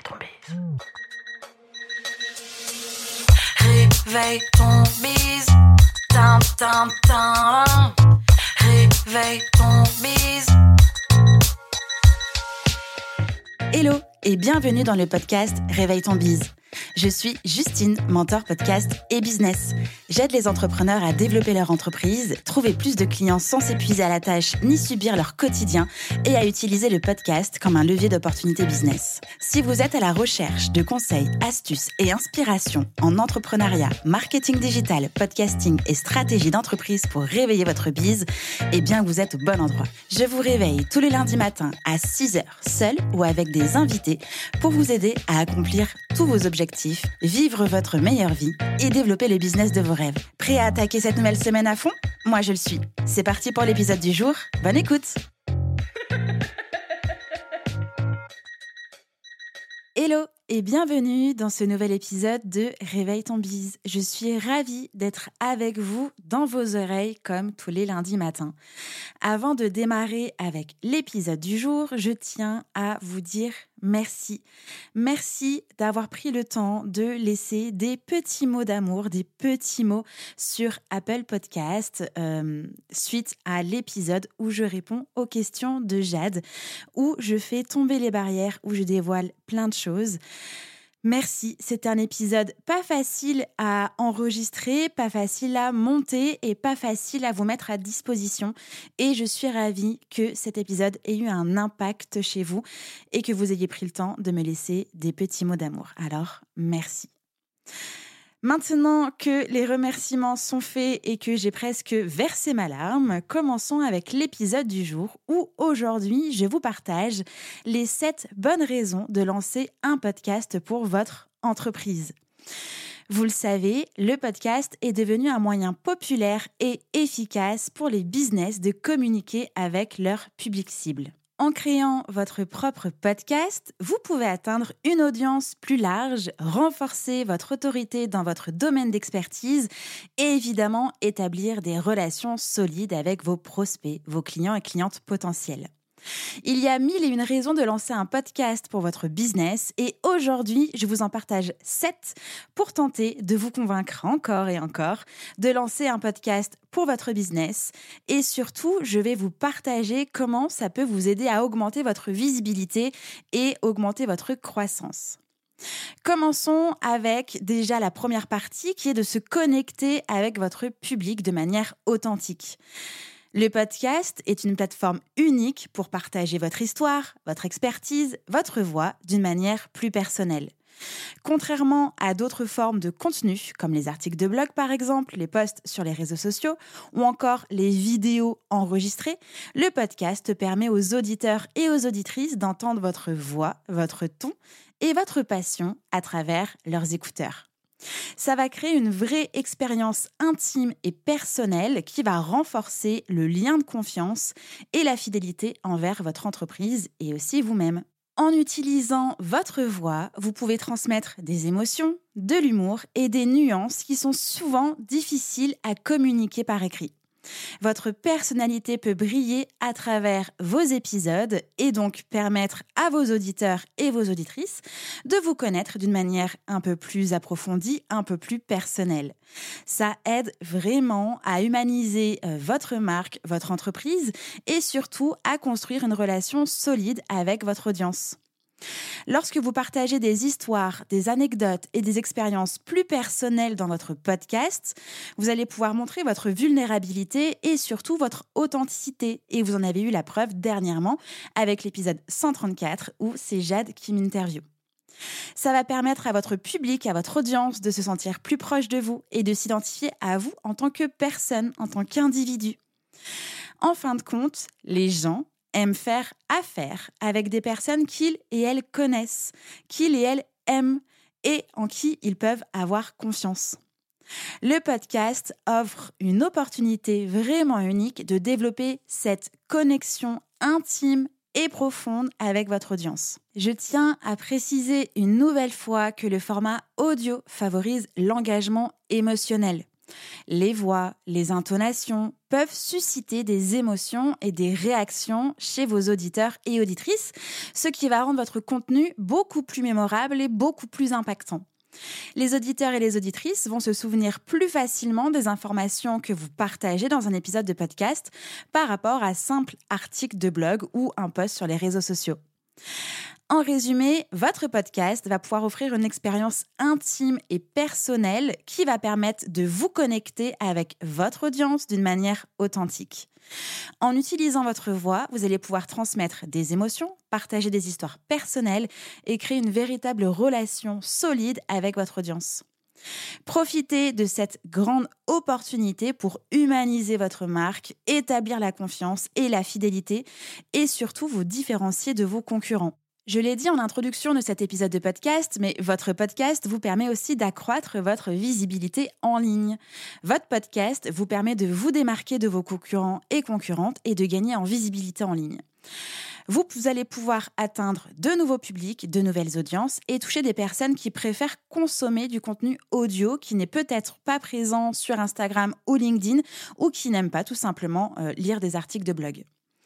ton bise. Réveille ton bise. Tin, tin, tin. Réveille ton bise. Hello et bienvenue dans le podcast Réveille ton bise. Je suis Justine, mentor podcast et business. J'aide les entrepreneurs à développer leur entreprise, trouver plus de clients sans s'épuiser à la tâche ni subir leur quotidien et à utiliser le podcast comme un levier d'opportunité business. Si vous êtes à la recherche de conseils, astuces et inspirations en entrepreneuriat, marketing digital, podcasting et stratégie d'entreprise pour réveiller votre bise, eh bien vous êtes au bon endroit. Je vous réveille tous les lundis matins à 6h, seul ou avec des invités pour vous aider à accomplir tous vos objectifs, vivre votre meilleure vie et développer le business de vos rêves. Prêt à attaquer cette nouvelle semaine à fond ? Moi, je le suis. C'est parti pour l'épisode du jour. Bonne écoute ! Hello et bienvenue dans ce nouvel épisode de Réveille ton bise. Je suis ravie d'être avec vous dans vos oreilles comme tous les lundis matins. Avant de démarrer avec l'épisode du jour, je tiens à vous dire merci. Merci d'avoir pris le temps de laisser des petits mots d'amour, des petits mots sur Apple Podcast suite à l'épisode où je réponds aux questions de Jade, où je fais tomber les barrières, où je dévoile plein de choses. Merci, c'était un épisode pas facile à enregistrer, pas facile à monter et pas facile à vous mettre à disposition. Et je suis ravie que cet épisode ait eu un impact chez vous et que vous ayez pris le temps de me laisser des petits mots d'amour. Alors, merci. Maintenant que les remerciements sont faits et que j'ai presque versé ma larme, commençons avec l'épisode du jour où aujourd'hui je vous partage les 7 bonnes raisons de lancer un podcast pour votre entreprise. Vous le savez, le podcast est devenu un moyen populaire et efficace pour les business de communiquer avec leur public cible. En créant votre propre podcast, vous pouvez atteindre une audience plus large, renforcer votre autorité dans votre domaine d'expertise et évidemment établir des relations solides avec vos prospects, vos clients et clientes potentiels. Il y a 1001 raisons de lancer un podcast pour votre business et aujourd'hui, je vous en partage 7 pour tenter de vous convaincre encore et encore de lancer un podcast pour votre business et surtout, je vais vous partager comment ça peut vous aider à augmenter votre visibilité et augmenter votre croissance. Commençons avec déjà la première partie qui est de se connecter avec votre public de manière authentique. Le podcast est une plateforme unique pour partager votre histoire, votre expertise, votre voix d'une manière plus personnelle. Contrairement à d'autres formes de contenu, comme les articles de blog par exemple, les posts sur les réseaux sociaux ou encore les vidéos enregistrées, le podcast permet aux auditeurs et aux auditrices d'entendre votre voix, votre ton et votre passion à travers leurs écouteurs. Ça va créer une vraie expérience intime et personnelle qui va renforcer le lien de confiance et la fidélité envers votre entreprise et aussi vous-même. En utilisant votre voix, vous pouvez transmettre des émotions, de l'humour et des nuances qui sont souvent difficiles à communiquer par écrit. Votre personnalité peut briller à travers vos épisodes et donc permettre à vos auditeurs et vos auditrices de vous connaître d'une manière un peu plus approfondie, un peu plus personnelle. Ça aide vraiment à humaniser votre marque, votre entreprise et surtout à construire une relation solide avec votre audience. Lorsque vous partagez des histoires, des anecdotes et des expériences plus personnelles dans votre podcast, vous allez pouvoir montrer votre vulnérabilité et surtout votre authenticité. Et vous en avez eu la preuve dernièrement avec l'épisode 134 où c'est Jade qui m'interviewe. Ça va permettre à votre public, à votre audience de se sentir plus proche de vous et de s'identifier à vous en tant que personne, en tant qu'individu. En fin de compte, les gens aiment faire affaire avec des personnes qu'ils et elles connaissent, qu'ils et elles aiment et en qui ils peuvent avoir confiance. Le podcast offre une opportunité vraiment unique de développer cette connexion intime et profonde avec votre audience. Je tiens à préciser une nouvelle fois que le format audio favorise l'engagement émotionnel. Les voix, les intonations peuvent susciter des émotions et des réactions chez vos auditeurs et auditrices, ce qui va rendre votre contenu beaucoup plus mémorable et beaucoup plus impactant. Les auditeurs et les auditrices vont se souvenir plus facilement des informations que vous partagez dans un épisode de podcast par rapport à un simple article de blog ou un post sur les réseaux sociaux. En résumé, votre podcast va pouvoir offrir une expérience intime et personnelle qui va permettre de vous connecter avec votre audience d'une manière authentique. En utilisant votre voix, vous allez pouvoir transmettre des émotions, partager des histoires personnelles et créer une véritable relation solide avec votre audience. Profitez de cette grande opportunité pour humaniser votre marque, établir la confiance et la fidélité et surtout vous différencier de vos concurrents. Je l'ai dit en introduction de cet épisode de podcast, mais votre podcast vous permet aussi d'accroître votre visibilité en ligne. Votre podcast vous permet de vous démarquer de vos concurrents et concurrentes et de gagner en visibilité en ligne. Vous allez pouvoir atteindre de nouveaux publics, de nouvelles audiences et toucher des personnes qui préfèrent consommer du contenu audio qui n'est peut-être pas présent sur Instagram ou LinkedIn ou qui n'aiment pas tout simplement lire des articles de blog.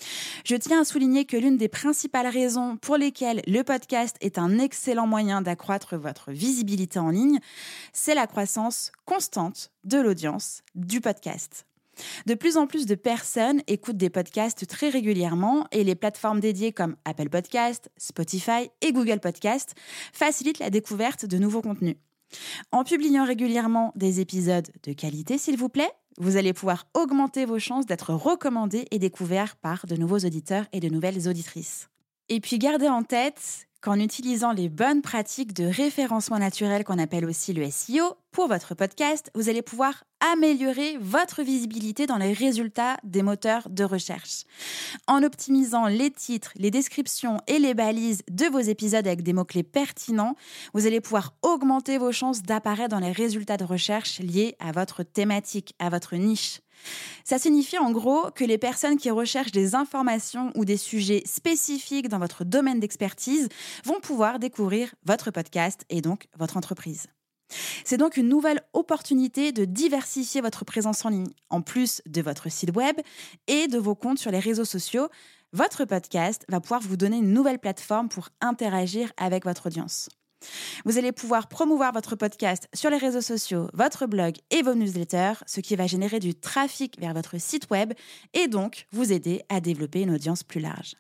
Je tiens à souligner que l'une des principales raisons pour lesquelles le podcast est un excellent moyen d'accroître votre visibilité en ligne, c'est la croissance constante de l'audience du podcast. De plus en plus de personnes écoutent des podcasts très régulièrement et les plateformes dédiées comme Apple Podcasts, Spotify et Google Podcasts facilitent la découverte de nouveaux contenus. En publiant régulièrement des épisodes de qualité, s'il vous plaît, vous allez pouvoir augmenter vos chances d'être recommandé et découvert par de nouveaux auditeurs et de nouvelles auditrices. Et puis gardez en tête qu'en utilisant les bonnes pratiques de référencement naturel qu'on appelle aussi le SEO pour votre podcast, vous allez pouvoir améliorer votre visibilité dans les résultats des moteurs de recherche. En optimisant les titres, les descriptions et les balises de vos épisodes avec des mots-clés pertinents, vous allez pouvoir augmenter vos chances d'apparaître dans les résultats de recherche liés à votre thématique, à votre niche. Ça signifie en gros que les personnes qui recherchent des informations ou des sujets spécifiques dans votre domaine d'expertise vont pouvoir découvrir votre podcast et donc votre entreprise. C'est donc une nouvelle opportunité de diversifier votre présence en ligne. En plus de votre site web et de vos comptes sur les réseaux sociaux, votre podcast va pouvoir vous donner une nouvelle plateforme pour interagir avec votre audience. Vous allez pouvoir promouvoir votre podcast sur les réseaux sociaux, votre blog et vos newsletters, ce qui va générer du trafic vers votre site web et donc vous aider à développer une audience plus large.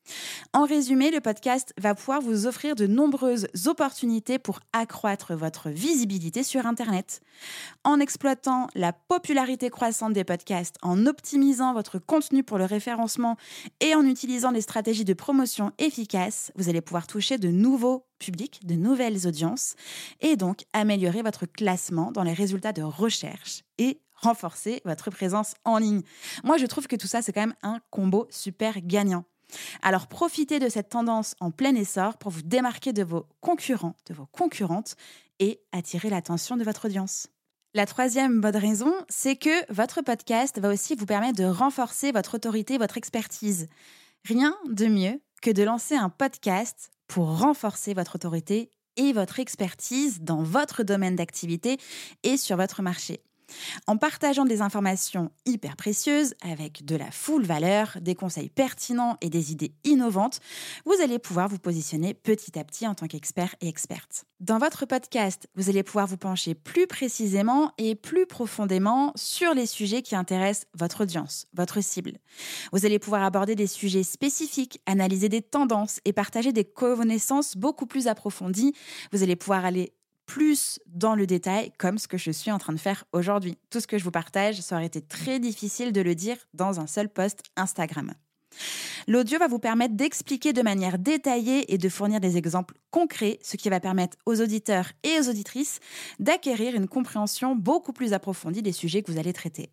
En résumé, le podcast va pouvoir vous offrir de nombreuses opportunités pour accroître votre visibilité sur Internet. En exploitant la popularité croissante des podcasts, en optimisant votre contenu pour le référencement et en utilisant des stratégies de promotion efficaces, vous allez pouvoir toucher de nouveaux publics, de nouvelles audiences et donc améliorer votre classement dans les résultats de recherche et renforcer votre présence en ligne. Moi, je trouve que tout ça, c'est quand même un combo super gagnant. Alors profitez de cette tendance en plein essor pour vous démarquer de vos concurrents, de vos concurrentes et attirer l'attention de votre audience. La troisième bonne raison, c'est que votre podcast va aussi vous permettre de renforcer votre autorité, votre expertise. Rien de mieux que de lancer un podcast pour renforcer votre autorité et votre expertise dans votre domaine d'activité et sur votre marché. En partageant des informations hyper précieuses avec de la full valeur, des conseils pertinents et des idées innovantes, vous allez pouvoir vous positionner petit à petit en tant qu'expert et experte. Dans votre podcast, vous allez pouvoir vous pencher plus précisément et plus profondément sur les sujets qui intéressent votre audience, votre cible. Vous allez pouvoir aborder des sujets spécifiques, analyser des tendances et partager des connaissances beaucoup plus approfondies. Vous allez pouvoir aller plus dans le détail, comme ce que je suis en train de faire aujourd'hui. Tout ce que je vous partage, ça aurait été très difficile de le dire dans un seul post Instagram. L'audio va vous permettre d'expliquer de manière détaillée et de fournir des exemples concrets, ce qui va permettre aux auditeurs et aux auditrices d'acquérir une compréhension beaucoup plus approfondie des sujets que vous allez traiter.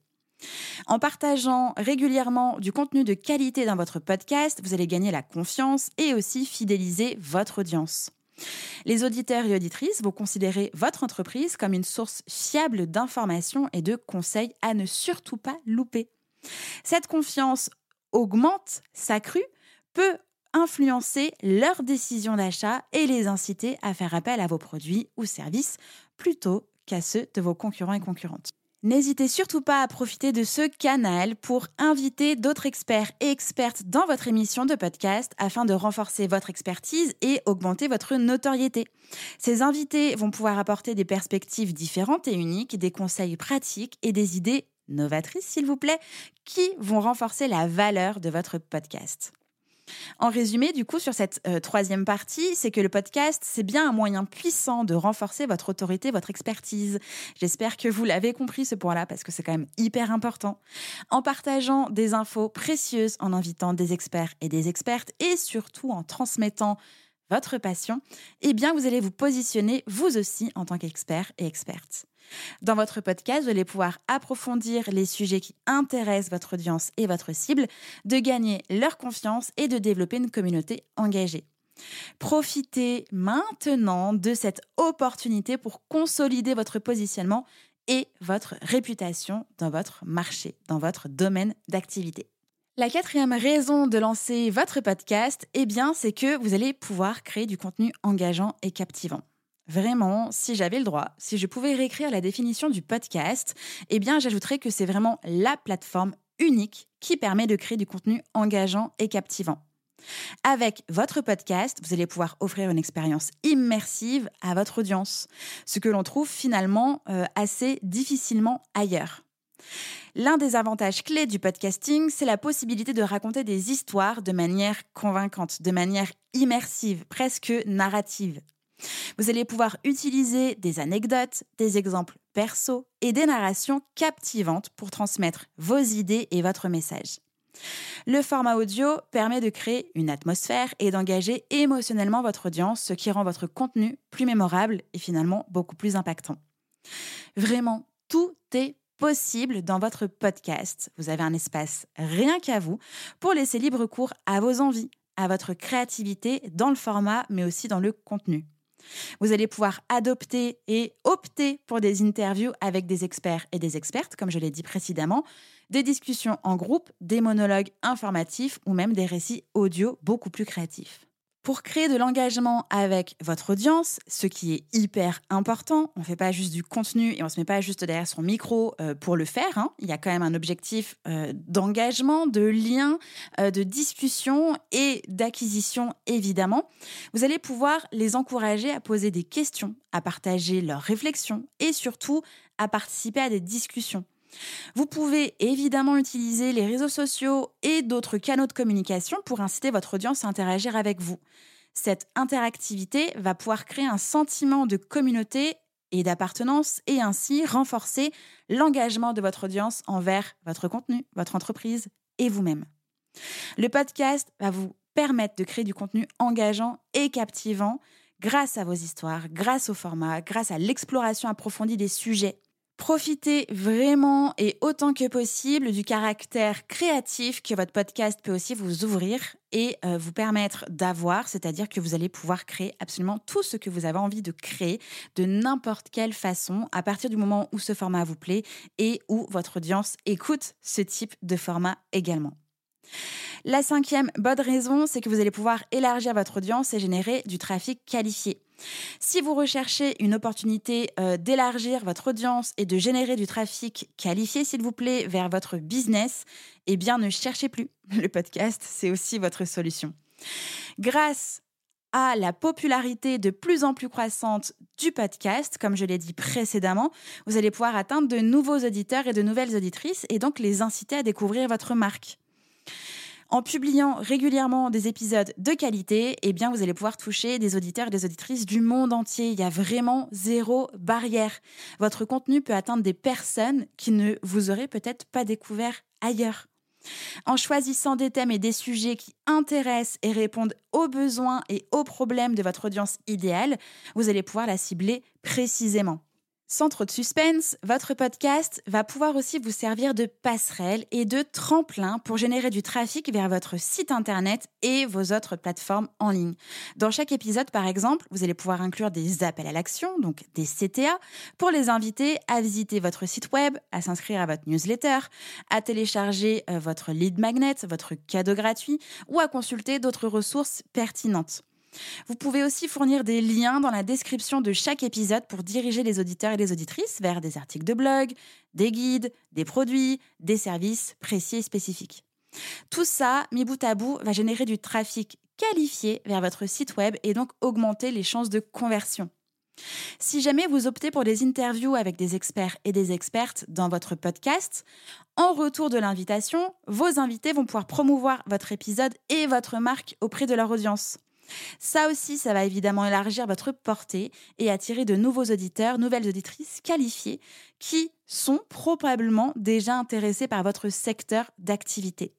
En partageant régulièrement du contenu de qualité dans votre podcast, vous allez gagner la confiance et aussi fidéliser votre audience. Les auditeurs et auditrices vont considérer votre entreprise comme une source fiable d'informations et de conseils à ne surtout pas louper. Cette confiance augmente, s'accrue, peut influencer leurs décisions d'achat et les inciter à faire appel à vos produits ou services plutôt qu'à ceux de vos concurrents et concurrentes. N'hésitez surtout pas à profiter de ce canal pour inviter d'autres experts et expertes dans votre émission de podcast afin de renforcer votre expertise et augmenter votre notoriété. Ces invités vont pouvoir apporter des perspectives différentes et uniques, des conseils pratiques et des idées novatrices, s'il vous plaît, qui vont renforcer la valeur de votre podcast. En résumé, du coup, sur cette troisième partie, c'est que le podcast, c'est bien un moyen puissant de renforcer votre autorité, votre expertise. J'espère que vous l'avez compris ce point-là, parce que c'est quand même hyper important. En partageant des infos précieuses, en invitant des experts et des expertes, et surtout en transmettant votre passion, eh bien, vous allez vous positionner, vous aussi, en tant qu'expert et experte. Dans votre podcast, vous allez pouvoir approfondir les sujets qui intéressent votre audience et votre cible, de gagner leur confiance et de développer une communauté engagée. Profitez maintenant de cette opportunité pour consolider votre positionnement et votre réputation dans votre marché, dans votre domaine d'activité. La quatrième raison de lancer votre podcast, eh bien, c'est que vous allez pouvoir créer du contenu engageant et captivant. Vraiment, si j'avais le droit, si je pouvais réécrire la définition du podcast, eh bien, j'ajouterais que c'est vraiment la plateforme unique qui permet de créer du contenu engageant et captivant. Avec votre podcast, vous allez pouvoir offrir une expérience immersive à votre audience, ce que l'on trouve finalement assez difficilement ailleurs. L'un des avantages clés du podcasting, c'est la possibilité de raconter des histoires de manière convaincante, de manière immersive, presque narrative. Vous allez pouvoir utiliser des anecdotes, des exemples perso et des narrations captivantes pour transmettre vos idées et votre message. Le format audio permet de créer une atmosphère et d'engager émotionnellement votre audience, ce qui rend votre contenu plus mémorable et finalement beaucoup plus impactant. Vraiment, tout est possible dans votre podcast. Vous avez un espace rien qu'à vous pour laisser libre cours à vos envies, à votre créativité dans le format, mais aussi dans le contenu. Vous allez pouvoir adopter et opter pour des interviews avec des experts et des expertes, comme je l'ai dit précédemment, des discussions en groupe, des monologues informatifs ou même des récits audio beaucoup plus créatifs. Pour créer de l'engagement avec votre audience, ce qui est hyper important, on ne fait pas juste du contenu et on ne se met pas juste derrière son micro pour le faire. Il y a quand même un objectif d'engagement, de lien, de discussion et d'acquisition, évidemment. Vous allez pouvoir les encourager à poser des questions, à partager leurs réflexions et surtout à participer à des discussions. Vous pouvez évidemment utiliser les réseaux sociaux et d'autres canaux de communication pour inciter votre audience à interagir avec vous. Cette interactivité va pouvoir créer un sentiment de communauté et d'appartenance et ainsi renforcer l'engagement de votre audience envers votre contenu, votre entreprise et vous-même. Le podcast va vous permettre de créer du contenu engageant et captivant grâce à vos histoires, grâce au format, grâce à l'exploration approfondie des sujets. Profitez vraiment et autant que possible du caractère créatif que votre podcast peut aussi vous ouvrir et vous permettre d'avoir, c'est-à-dire que vous allez pouvoir créer absolument tout ce que vous avez envie de créer de n'importe quelle façon à partir du moment où ce format vous plaît et où votre audience écoute ce type de format également. La cinquième bonne raison, c'est que vous allez pouvoir élargir votre audience et générer du trafic qualifié. Si vous recherchez une opportunité d'élargir votre audience et de générer du trafic qualifié, s'il vous plaît, vers votre business, eh bien, ne cherchez plus. Le podcast, c'est aussi votre solution. Grâce à la popularité de plus en plus croissante du podcast, comme je l'ai dit précédemment, vous allez pouvoir atteindre de nouveaux auditeurs et de nouvelles auditrices et donc les inciter à découvrir votre marque. En publiant régulièrement des épisodes de qualité, eh bien, vous allez pouvoir toucher des auditeurs et des auditrices du monde entier. Il y a vraiment zéro barrière. Votre contenu peut atteindre des personnes qui ne vous auraient peut-être pas découvert ailleurs. En choisissant des thèmes et des sujets qui intéressent et répondent aux besoins et aux problèmes de votre audience idéale, vous allez pouvoir la cibler précisément. Sans trop de suspense, votre podcast va pouvoir aussi vous servir de passerelle et de tremplin pour générer du trafic vers votre site internet et vos autres plateformes en ligne. Dans chaque épisode, par exemple, vous allez pouvoir inclure des appels à l'action, donc des CTA, pour les inviter à visiter votre site web, à s'inscrire à votre newsletter, à télécharger votre lead magnet, votre cadeau gratuit ou à consulter d'autres ressources pertinentes. Vous pouvez aussi fournir des liens dans la description de chaque épisode pour diriger les auditeurs et les auditrices vers des articles de blog, des guides, des produits, des services précis et spécifiques. Tout ça, mis bout à bout, va générer du trafic qualifié vers votre site web et donc augmenter les chances de conversion. Si jamais vous optez pour des interviews avec des experts et des expertes dans votre podcast, en retour de l'invitation, vos invités vont pouvoir promouvoir votre épisode et votre marque auprès de leur audience. Ça aussi, ça va évidemment élargir votre portée et attirer de nouveaux auditeurs, nouvelles auditrices qualifiées qui sont probablement déjà intéressés par votre secteur d'activité.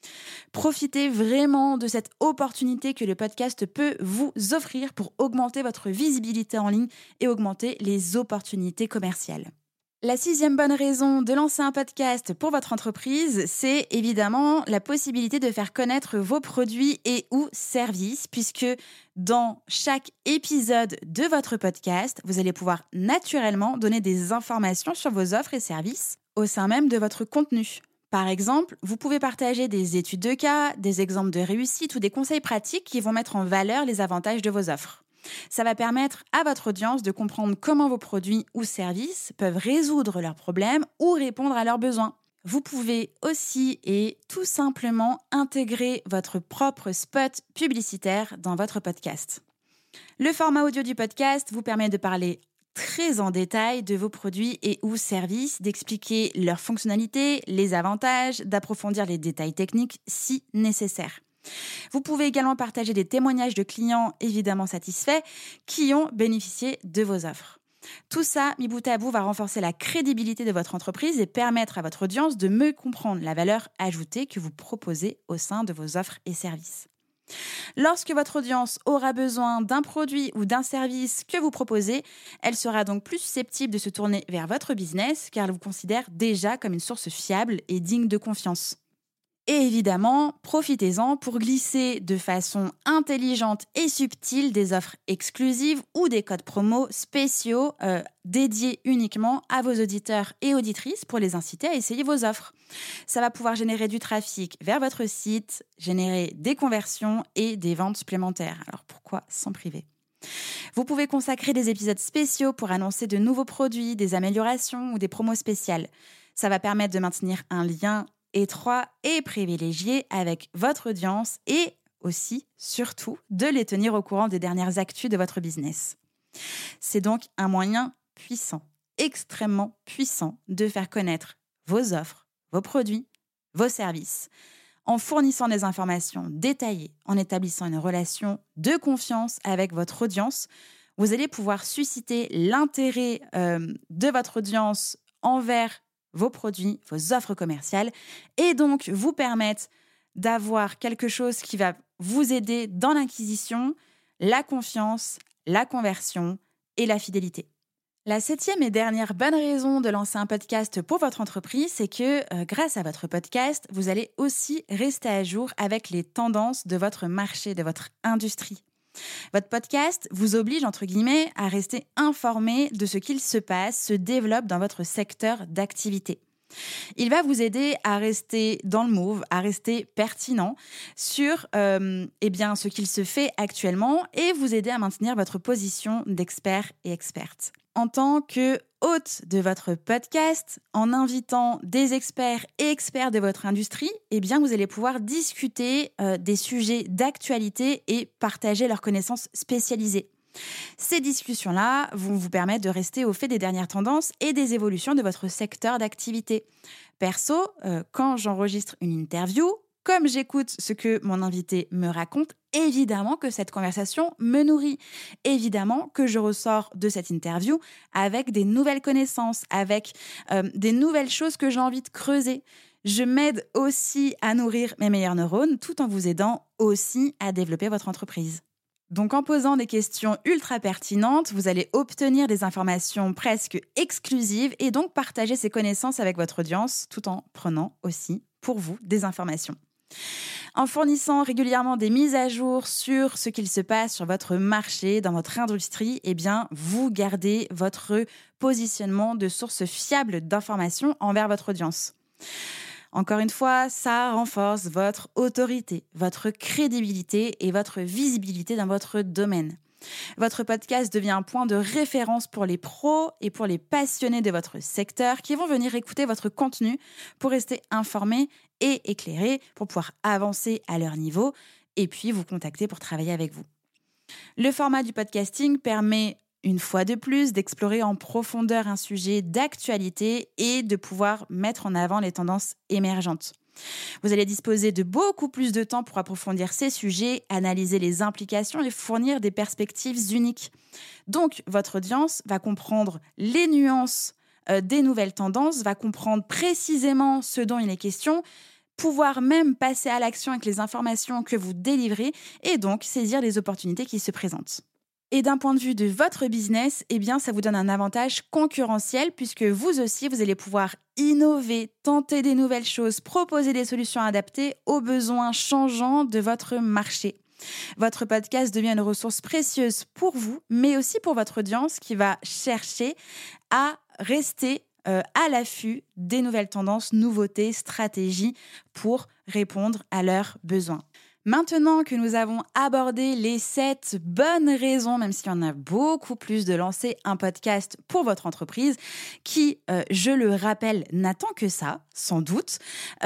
Profitez vraiment de cette opportunité que le podcast peut vous offrir pour augmenter votre visibilité en ligne et augmenter les opportunités commerciales. La 6e bonne raison de lancer un podcast pour votre entreprise, c'est évidemment la possibilité de faire connaître vos produits et ou services, puisque dans chaque épisode de votre podcast, vous allez pouvoir naturellement donner des informations sur vos offres et services au sein même de votre contenu. Par exemple, vous pouvez partager des études de cas, des exemples de réussite ou des conseils pratiques qui vont mettre en valeur les avantages de vos offres. Ça va permettre à votre audience de comprendre comment vos produits ou services peuvent résoudre leurs problèmes ou répondre à leurs besoins. Vous pouvez aussi et tout simplement intégrer votre propre spot publicitaire dans votre podcast. Le format audio du podcast vous permet de parler très en détail de vos produits et ou services, d'expliquer leurs fonctionnalités, les avantages, d'approfondir les détails techniques si nécessaire. Vous pouvez également partager des témoignages de clients évidemment satisfaits qui ont bénéficié de vos offres. Tout ça, mis bout à bout, va renforcer la crédibilité de votre entreprise et permettre à votre audience de mieux comprendre la valeur ajoutée que vous proposez au sein de vos offres et services. Lorsque votre audience aura besoin d'un produit ou d'un service que vous proposez, elle sera donc plus susceptible de se tourner vers votre business car elle vous considère déjà comme une source fiable et digne de confiance. Et évidemment, profitez-en pour glisser de façon intelligente et subtile des offres exclusives ou des codes promo spéciaux dédiés uniquement à vos auditeurs et auditrices pour les inciter à essayer vos offres. Ça va pouvoir générer du trafic vers votre site, générer des conversions et des ventes supplémentaires. Alors pourquoi s'en priver ? Vous pouvez consacrer des épisodes spéciaux pour annoncer de nouveaux produits, des améliorations ou des promos spéciales. Ça va permettre de maintenir un lien étroit et privilégié avec votre audience et aussi, surtout, de les tenir au courant des dernières actus de votre business. C'est donc un moyen puissant, extrêmement puissant, de faire connaître vos offres, vos produits, vos services, en fournissant des informations détaillées, en établissant une relation de confiance avec votre audience. Vous allez pouvoir susciter l'intérêt de votre audience envers vos produits, vos offres commerciales, et donc vous permettre d'avoir quelque chose qui va vous aider dans l'acquisition, la confiance, la conversion et la fidélité. La 7e et dernière bonne raison de lancer un podcast pour votre entreprise, c'est que grâce à votre podcast, vous allez aussi rester à jour avec les tendances de votre marché, de votre industrie. Votre podcast vous oblige, entre guillemets, à rester informé de ce qu'il se passe, se développe dans votre secteur d'activité. Il va vous aider à rester dans le move, à rester pertinent sur ce qu'il se fait actuellement et vous aider à maintenir votre position d'expert et experte. En tant que hôte de votre podcast, en invitant des experts et experts de votre industrie, vous allez pouvoir discuter des sujets d'actualité et partager leurs connaissances spécialisées. Ces discussions-là vont vous permettre de rester au fait des dernières tendances et des évolutions de votre secteur d'activité. Perso, quand j'enregistre une interview, comme j'écoute ce que mon invité me raconte, évidemment que cette conversation me nourrit. Évidemment que je ressors de cette interview avec des nouvelles connaissances, avec des nouvelles choses que j'ai envie de creuser. Je m'aide aussi à nourrir mes meilleurs neurones tout en vous aidant aussi à développer votre entreprise. Donc en posant des questions ultra pertinentes, vous allez obtenir des informations presque exclusives et donc partager ces connaissances avec votre audience tout en prenant aussi pour vous des informations. En fournissant régulièrement des mises à jour sur ce qu'il se passe sur votre marché, dans votre industrie, vous gardez votre positionnement de source fiable d'informations envers votre audience. Encore une fois, ça renforce votre autorité, votre crédibilité et votre visibilité dans votre domaine. Votre podcast devient un point de référence pour les pros et pour les passionnés de votre secteur qui vont venir écouter votre contenu pour rester informés et éclairés, pour pouvoir avancer à leur niveau et puis vous contacter pour travailler avec vous. Le format du podcasting permet, une fois de plus, d'explorer en profondeur un sujet d'actualité et de pouvoir mettre en avant les tendances émergentes. Vous allez disposer de beaucoup plus de temps pour approfondir ces sujets, analyser les implications et fournir des perspectives uniques. Donc, votre audience va comprendre les nuances des nouvelles tendances, va comprendre précisément ce dont il est question, pouvoir même passer à l'action avec les informations que vous délivrez et donc saisir les opportunités qui se présentent. Et d'un point de vue de votre business, eh bien, ça vous donne un avantage concurrentiel puisque vous aussi, vous allez pouvoir innover, tenter des nouvelles choses, proposer des solutions adaptées aux besoins changeants de votre marché. Votre podcast devient une ressource précieuse pour vous, mais aussi pour votre audience qui va chercher à rester à l'affût des nouvelles tendances, nouveautés, stratégies pour répondre à leurs besoins. Maintenant que nous avons abordé les 7 bonnes raisons, même s'il y en a beaucoup plus, de lancer un podcast pour votre entreprise, qui, je le rappelle, n'attend que ça, sans doute,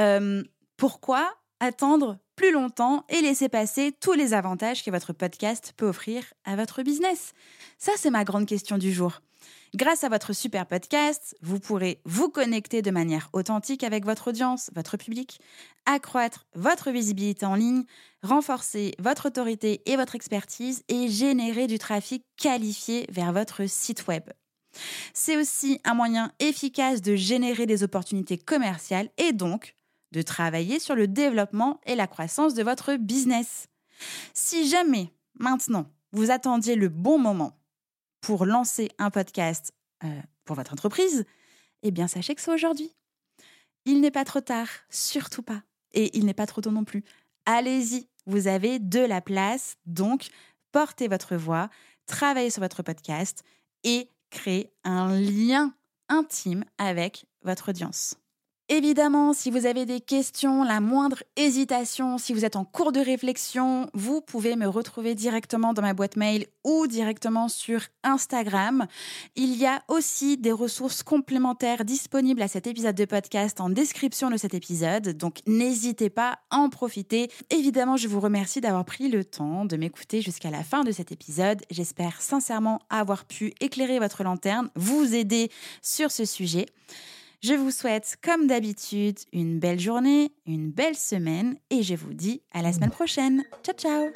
pourquoi attendre plus longtemps et laisser passer tous les avantages que votre podcast peut offrir à votre business ? Ça, c'est ma grande question du jour. Grâce à votre super podcast, vous pourrez vous connecter de manière authentique avec votre audience, votre public, accroître votre visibilité en ligne, renforcer votre autorité et votre expertise et générer du trafic qualifié vers votre site web. C'est aussi un moyen efficace de générer des opportunités commerciales et donc de travailler sur le développement et la croissance de votre business. Si jamais, maintenant, vous attendiez le bon moment pour lancer un podcast pour votre entreprise, eh bien, sachez que c'est aujourd'hui. Il n'est pas trop tard, surtout pas. Et il n'est pas trop tôt non plus. Allez-y, vous avez de la place. Donc, portez votre voix, travaillez sur votre podcast et créez un lien intime avec votre audience. Évidemment, si vous avez des questions, la moindre hésitation, si vous êtes en cours de réflexion, vous pouvez me retrouver directement dans ma boîte mail ou directement sur Instagram. Il y a aussi des ressources complémentaires disponibles à cet épisode de podcast en description de cet épisode, donc n'hésitez pas à en profiter. Évidemment, je vous remercie d'avoir pris le temps de m'écouter jusqu'à la fin de cet épisode. J'espère sincèrement avoir pu éclairer votre lanterne, vous aider sur ce sujet. Je vous souhaite, comme d'habitude, une belle journée, une belle semaine et je vous dis à la semaine prochaine. Ciao, ciao!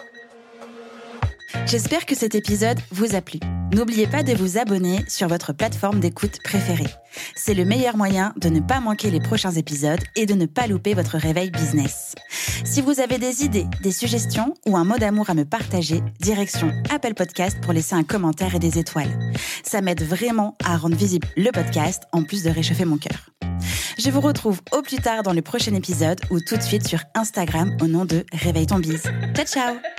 J'espère que cet épisode vous a plu. N'oubliez pas de vous abonner sur votre plateforme d'écoute préférée. C'est le meilleur moyen de ne pas manquer les prochains épisodes et de ne pas louper votre réveil business. Si vous avez des idées, des suggestions ou un mot d'amour à me partager, direction Apple Podcast pour laisser un commentaire et des étoiles. Ça m'aide vraiment à rendre visible le podcast en plus de réchauffer mon cœur. Je vous retrouve au plus tard dans le prochain épisode ou tout de suite sur Instagram au nom de Réveille ton bise. Ciao, ciao!